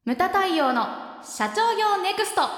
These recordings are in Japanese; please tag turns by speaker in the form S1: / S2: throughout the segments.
S1: ムタ太陽の社長業ネクスト。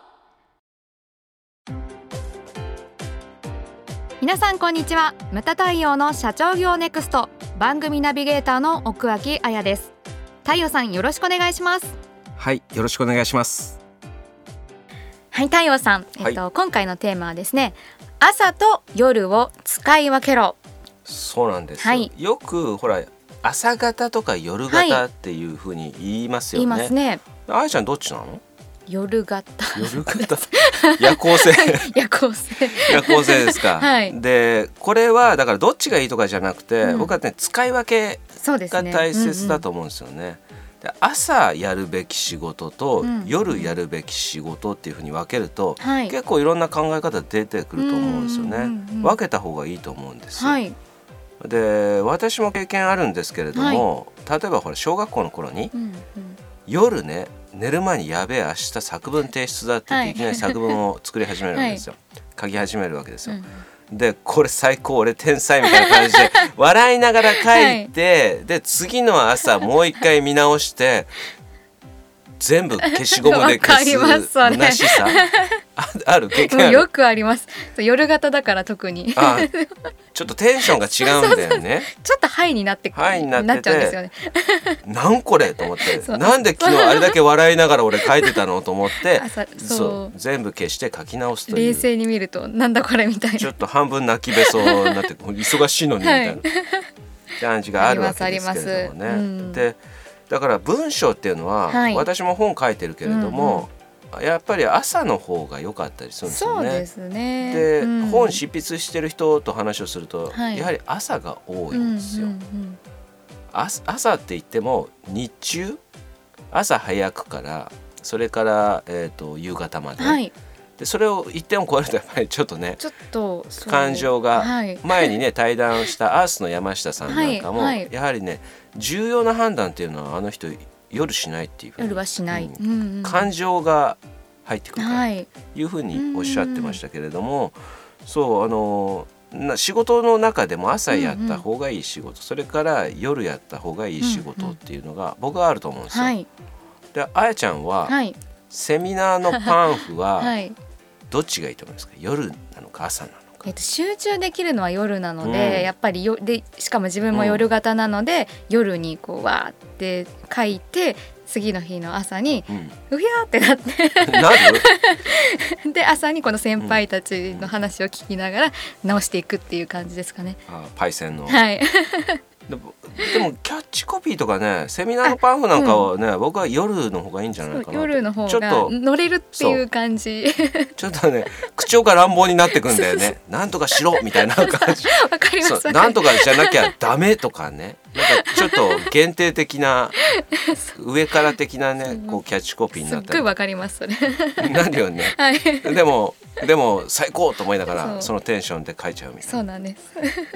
S1: 皆さんこんにちは。ムタ太陽の社長業ネクスト番組ナビゲーターの奥脇彩です。太陽さん、よろしくお願いします。
S2: はい、よろしくお願いします。
S1: はい、太陽さん、今回のテーマはですね、朝と夜を使い分けろ。
S2: そうなんですよ、よくほら朝型とか夜型っていう風に言いますよね、
S1: 言いますね。
S2: あやちゃんどっちなの？
S1: 夜型
S2: 夜行性
S1: 夜行性
S2: 夜行性ですか、でこれはだからどっちがいいとかじゃなくて、僕はね使い分けが大切だと思うんですよね。で朝やるべき仕事と、夜やるべき仕事っていう風に分けると、結構いろんな考え方出てくると思うんですよね、分けた方がいいと思うんですよ、で私も経験あるんですけれども、例えばほら小学校の頃に、夜ね寝る前にやべえ明日作文提出だって言って、いきなり作文を作り始めるわけですよ、書き始めるわけですよ、でこれ最高俺天才みたいな感じで笑いながら書いて、で次の朝もう一回見直して全部消しゴムで消す虚しさある経験ある？
S1: よくあります。夜型だから特に
S2: ちょっとテンションが違うんだよね。
S1: ちょっとハイになってなっちゃうんですよね。
S2: なんこれと思ってなんで昨日あれだけ笑いながら俺書いてたのと思ってそう全部消して書き直すという。
S1: 冷静に見るとなんだこれみたいな、
S2: ちょっと半分泣きべそになって忙しいのにみたいな感じがあるわけですけれどもね。でだから文章っていうのは、私も本書いてるけれども、やっぱり朝の方が良かったりするんですよね。
S1: そうですね。
S2: で、本執筆してる人と話をすると、やはり朝が多いんですよ、朝って言っても日中朝早くからそれから、夕方まで、でそれを一点を超えるとやっぱりちょっとね感情が、前にね対談したアースの山下さんなんかも、やはりね重要な判断っていうのはあの人夜しないっていうふうに、
S1: 夜はしない、
S2: 感情が入ってくるというふうにおっしゃってましたけれども、そう仕事の中でも朝やった方がいい仕事、それから夜やった方がいい仕事っていうのが僕はあると思うんですよ、であやちゃんは、セミナーのパンフはどっちがいいと思いますか？夜なのか朝なのか？
S1: 集中できるのは夜なので、やっぱりでしかも自分も夜型なので、夜にこうわーって書いて次の日の朝にうひゃーってなってで朝にこの先輩たちの話を聞きながら直していくっていう感じですかね。
S2: パイセンのでもキャッチコピーとかね、セミナーのパンフなんかはね、僕は夜の方がいいんじゃないかな。
S1: 夜の方が乗れるっていう感じ。
S2: ちょっとね口調が乱暴になってくんだよね。なんとかしろみたいな感じ。
S1: わかります。
S2: なんとかじゃなきゃダメとかね。なんかちょっと限定的な上から的なねこうキャッチコピーになったり。
S1: すっごいわかりますそれ。
S2: なるよね。でも最高と思いながらそのテンションで書いちゃうみたいな。
S1: そうなんです。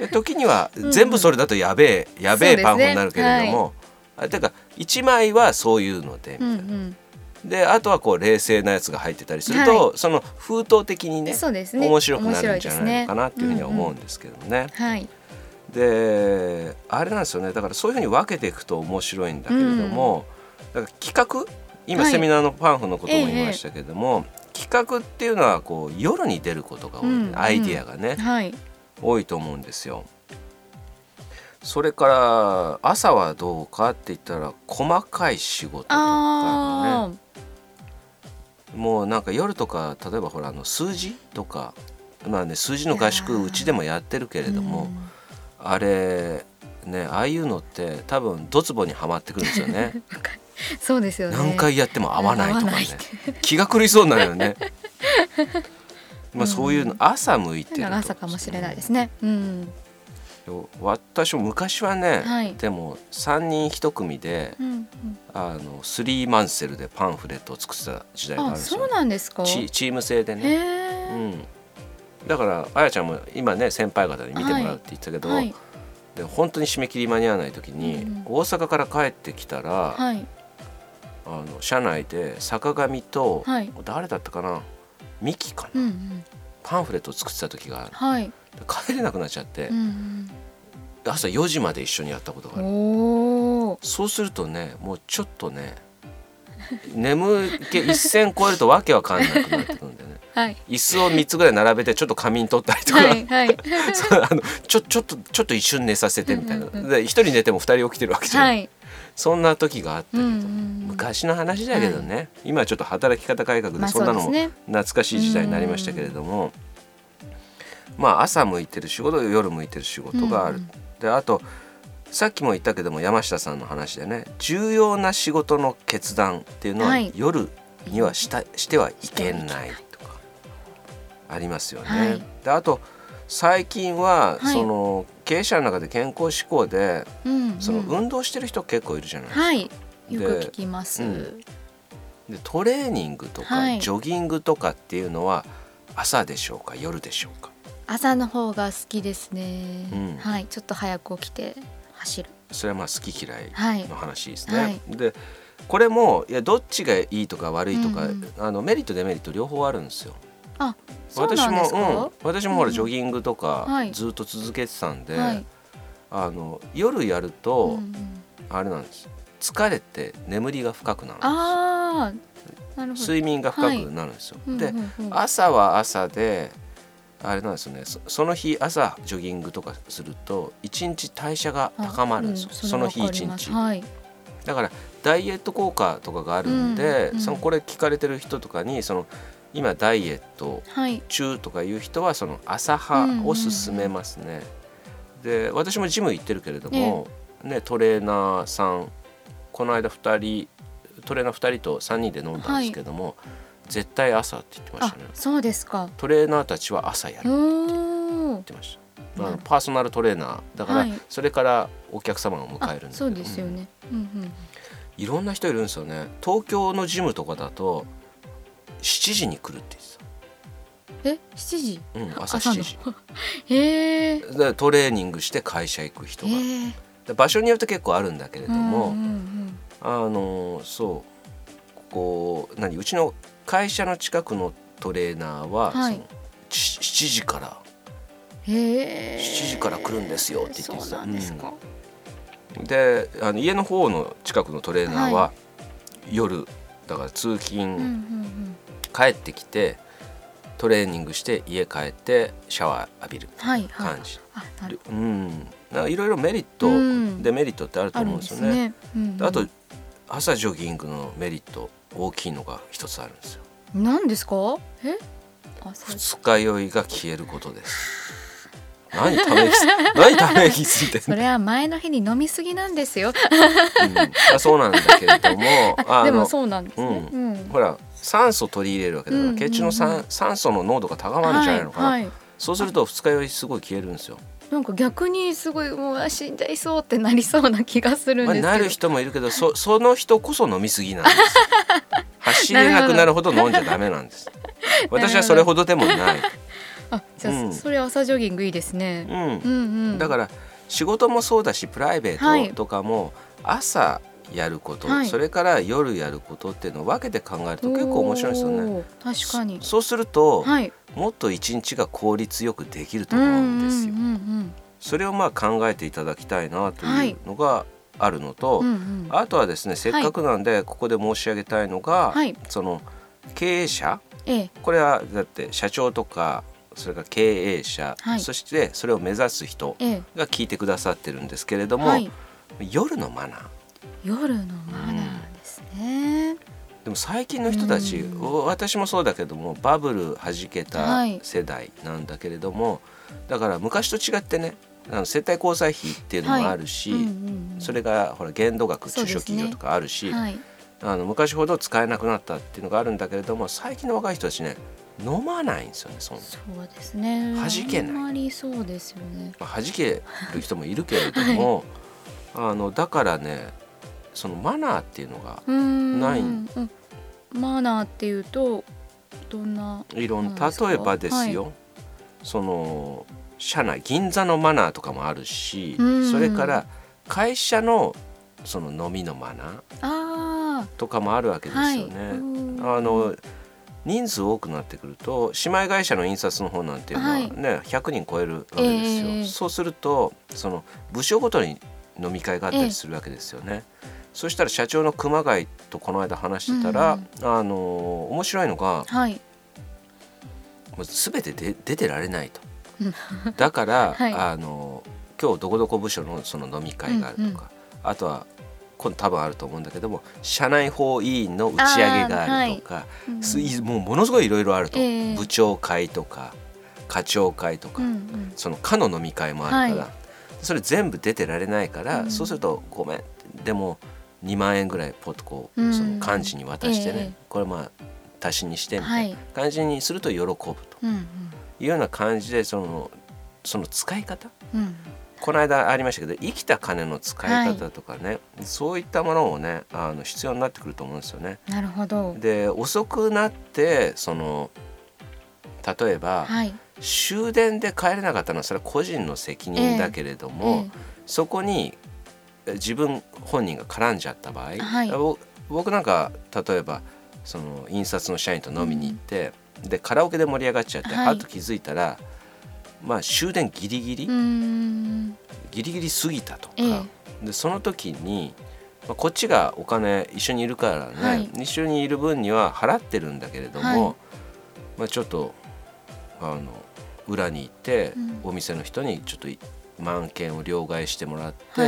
S2: 時には全部それだとやべえパンフになるけれども、てか1枚はそういうのでみたいな。であとはこう冷静なやつが入ってたりすると、その封筒的にね面白くなるんじゃないのかなっていうふうには思うんですけどもね。であれなんですよね。だからそういうふうに分けていくと面白いんだけれども、だから企画今セミナーのパンフのことも言いましたけれども、企画っていうのはこう夜に出ることが多い、アイディアがね、多いと思うんですよ。それから朝はどうかって言ったら細かい仕事とかね、もうなんか夜とか例えばほら数字とか、数字の合宿うちでもやってるけれども、あれねああいうのって多分ドツボにはまってくるんですよね。
S1: そうですよね。
S2: 何回やっても合わないとかね、気が狂いそうになるよね。そういうの朝向いてると、
S1: 朝かもしれないですね。
S2: 私も昔はね、でも3人1組で、スリーマンセルでパンフレットを作ってた時代があるんですよ。
S1: そうなんですか。
S2: チーム制でね、だからあやちゃんも今ね先輩方に見てもらうって言ってたけど、で本当に締め切り間に合わない時に、大阪から帰ってきたら、車内で坂上と、誰だったかな、ミキかな、パンフレットを作ってた時がある、帰れなくなっちゃって、朝4時まで一緒にやったことがある。そうするとねもうちょっとね眠気一線超えるとわけわかんなくなってくるんでね、
S1: はい、
S2: 椅子を3つぐらい並べてちょっと仮眠取ったりとか、
S1: はいはい、
S2: ちょっと一瞬寝させてみたいな、で1人寝ても2人起きてるわけじゃない、はい、そんな時があったけど、昔の話だけどね、はい、今はちょっと働き方改革でそんなのも懐かしい時代になりましたけれども、まあ朝向いてる仕事、夜向いてる仕事がある、であとさっきも言ったけども山下さんの話でね、重要な仕事の決断っていうのは夜にはしてはいけないとかありますよね、はい、であと最近はその経営者の中で健康志向でその運動してる人結構いるじゃないですか、はい、
S1: よく聞きます、
S2: でトレーニングとかジョギングとかっていうのは朝でしょうか夜でしょうか？
S1: 朝の方が好きですね、はい、ちょっと早く起きて走る。
S2: それはまあ好き嫌いの話ですね、はい、でこれもいやどっちがいいとか悪いとか、メリットデメリット両方あるんですよ。
S1: あ、そうなんですか？
S2: 私もほらジョギングとかずっと続けてたんで、夜やると、あれなんです、疲れて眠りが深くなるんですよ。
S1: あ、なるほど。
S2: 睡眠が深くなるんですよ、で、朝は朝であれなんですよね、その日朝ジョギングとかすると一日代謝が高まるんですよ、その日一日、だからダイエット効果とかがあるんで、これ聞かれてる人とかに今ダイエット中とかいう人はその朝派を勧めますね、で私もジム行ってるけれども、トレーナーさんこの間トレーナー2人と3人で飲んだんですけども、絶対朝って言ってましたね。
S1: そうですか。
S2: トレーナーたちは朝やるって言ってました。パーソナルトレーナーだから、それからお客様を迎えるんですけど、
S1: そうですよね、
S2: いろんな人いるんですよね。東京のジムとかだと7時に来るって
S1: 言ってた。7時？
S2: 朝7時
S1: へー。
S2: でトレーニングして会社行く人が、場所によって結構あるんだけれども、そううちの会社の近くのトレーナーは、7時から7時から来るんですよって言ってた。で家の方の近くのトレーナーは、夜だから通勤、帰ってきてトレーニングして家帰ってシャワー浴びる感じ、いろいろメリット、デメリットってあると思うんですよね。あと朝ジョギングのメリット大きいのが一つあるんですよ。
S1: 何ですか？
S2: 二日酔いが消えることです。何ため息ついてんの？
S1: それは前の日に飲みすぎなんですよ、
S2: そうなんだけれども
S1: でもそうなんですね、
S2: ほら酸素取り入れるわけだから、血中の酸素の濃度が高まるんじゃないのかな、そうすると二日酔いすごい消えるんですよ。
S1: なんか逆にすごいもう死んじゃいそうってなりそうな気がするんですけど、
S2: なる人もいるけど、その人こそ飲みすぎなんです。走れなくなるほど飲んじゃダメなんです。私はそれほどでもない。
S1: じゃあ、それ朝ジョギングいいですね、
S2: だから仕事もそうだしプライベートとかも朝やること、それから夜やることっていうのを分けて考えると結構面白いですよね。
S1: 確かに。
S2: そうすると、もっと一日が効率よくできると思うんですよ。それを考えていただきたいなというのがあるのと、あとはですね、せっかくなんでここで申し上げたいのが、その経営者、これはだって社長とかそれから経営者、そしてそれを目指す人が聞いてくださってるんですけれども、夜のマナー。
S1: 夜のマナーですね。
S2: でも最近の人たち、私もそうだけどもバブル弾けた世代なんだけれども、だから昔と違ってね、世帯交際費っていうのもあるし、それがほら限度額中小企業とかあるし、昔ほど使えなくなったっていうのがあるんだけれども、最近の若い人たちね飲まないんですよね。そう
S1: ですね。
S2: 弾けない。
S1: あんまりそうですよね。
S2: 弾ける人もいるけれども、だからね、そのマナーっていうのがない。
S1: マナーっていうとどんな？
S2: 例えばですよ、その社内銀座のマナーとかもあるし、それから会社のその飲みのマナーとかもあるわけですよね。人数多くなってくると姉妹会社の印刷の方なんていうのはね、100人超えるわけですよ。そうするとその部署ごとに飲み会があったりするわけですよね。そしたら社長の熊谷とこの間話してたら、面白いのが、
S1: はい、
S2: もう全てで出てられないとだから、はい、今日どこどこ部署のその飲み会があるとか、あとは今度多分あると思うんだけども、社内法委員の打ち上げがあるとか、もうものすごいいろいろあると、部長会とか課長会とか、その課の飲み会もあるから、それ全部出てられないから、そうするとごめんでも2万円ぐらいポッとこう、その幹事に渡してね、これまあ足しにしてみたいな感じにすると喜ぶというような感じで、その使い方、この間ありましたけど、生きた金の使い方とかね、そういったものをね必要になってくると思うんですよね。
S1: なるほど。
S2: で遅くなって例えば、終電で帰れなかったのはそれは個人の責任だけれども、そこに自分本人が絡んじゃった場合、僕なんか例えばその印刷の社員と飲みに行って、でカラオケで盛り上がっちゃって、はっと気づいたら、まあ、終電ギリギリ過ぎたとか、でその時に、こっちがお金一緒にいるからね、一緒にいる分には払ってるんだけれども、ちょっと裏に行って、お店の人にちょっと万券を両替してもらって、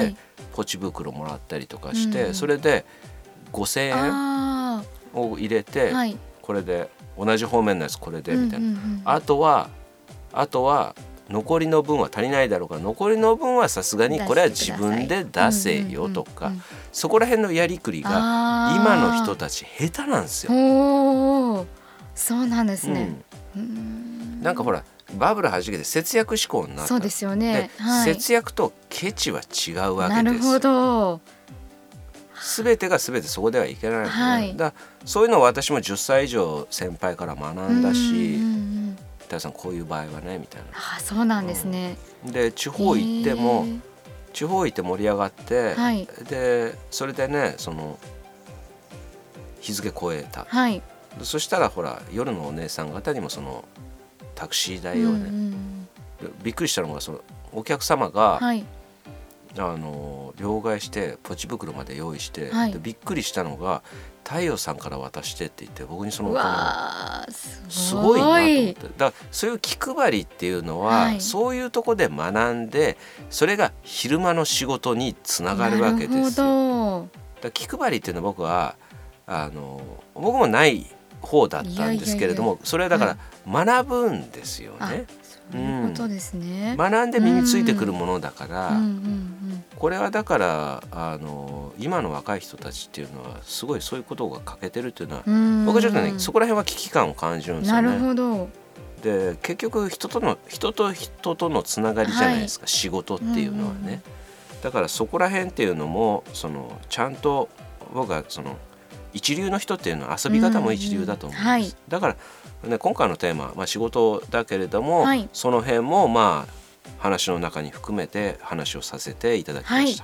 S2: ポチ袋もらったりとかして、それで5,000円を入れて、これで同じ方面のやつこれでみたいな、あとは残りの分は足りないだろうから、残りの分はさすがにこれは自分で出せよとか、そこら辺のやりくりが今の人たち下手なんですよ。
S1: そうなんですね。
S2: なんかほらバブルはじけて節約志向になった。
S1: そうですよね。
S2: 節約とケチは違うわけですよ。
S1: なるほど。
S2: 全てが全てそこではいけないので、だそういうのを私も10歳以上先輩から学んだし、田さんこういう場合はねみたいな。
S1: そうなんですね。
S2: で地方行っても、地方行って盛り上がって、でそれでねその日付超えた、そしたらほら夜のお姉さん方にもそのタクシー代をね、びっくりしたのがそのお客様が、両替してポチ袋まで用意して、でびっくりしたのが太陽さんから渡してって言って、僕にそのお金すごいなと思って、だからそういう気配りっていうのは、そういうとこで学んで、それが昼間の仕事につながるわけですよ。だ気配りっていうのは僕は僕もない方だったんですけれども、それはだから学ぶんですよね。
S1: そういうことですね。
S2: 学んで身についてくるものだから、これはだから今の若い人たちっていうのはすごいそういうことが欠けてるっていうのは、僕はちょっとねそこら辺は危機感を感じるんですよね。
S1: なるほど。
S2: で結局人と人のつながりじゃないですか、仕事っていうのはね。だからそこら辺っていうのもちゃんと僕は一流の人っていうのは遊び方も一流だと思うんです、だから、ね、今回のテーマ、仕事だけれども、その辺も話の中に含めて話をさせていただきました。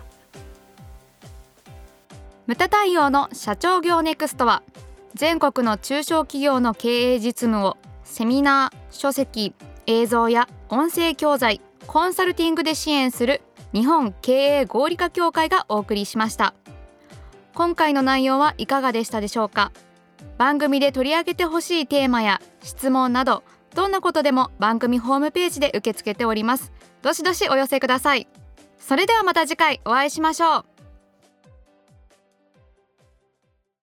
S1: ムタ太陽の社長業ネクストは、全国の中小企業の経営実務をセミナー、書籍、映像や音声教材、コンサルティングで支援する日本経営合理化協会がお送りしました。今回の内容はいかがでしたでしょうか。番組で取り上げてほしいテーマや質問など、どんなことでも番組ホームページで受け付けております。どしどしお寄せください。それではまた次回お会いしましょう。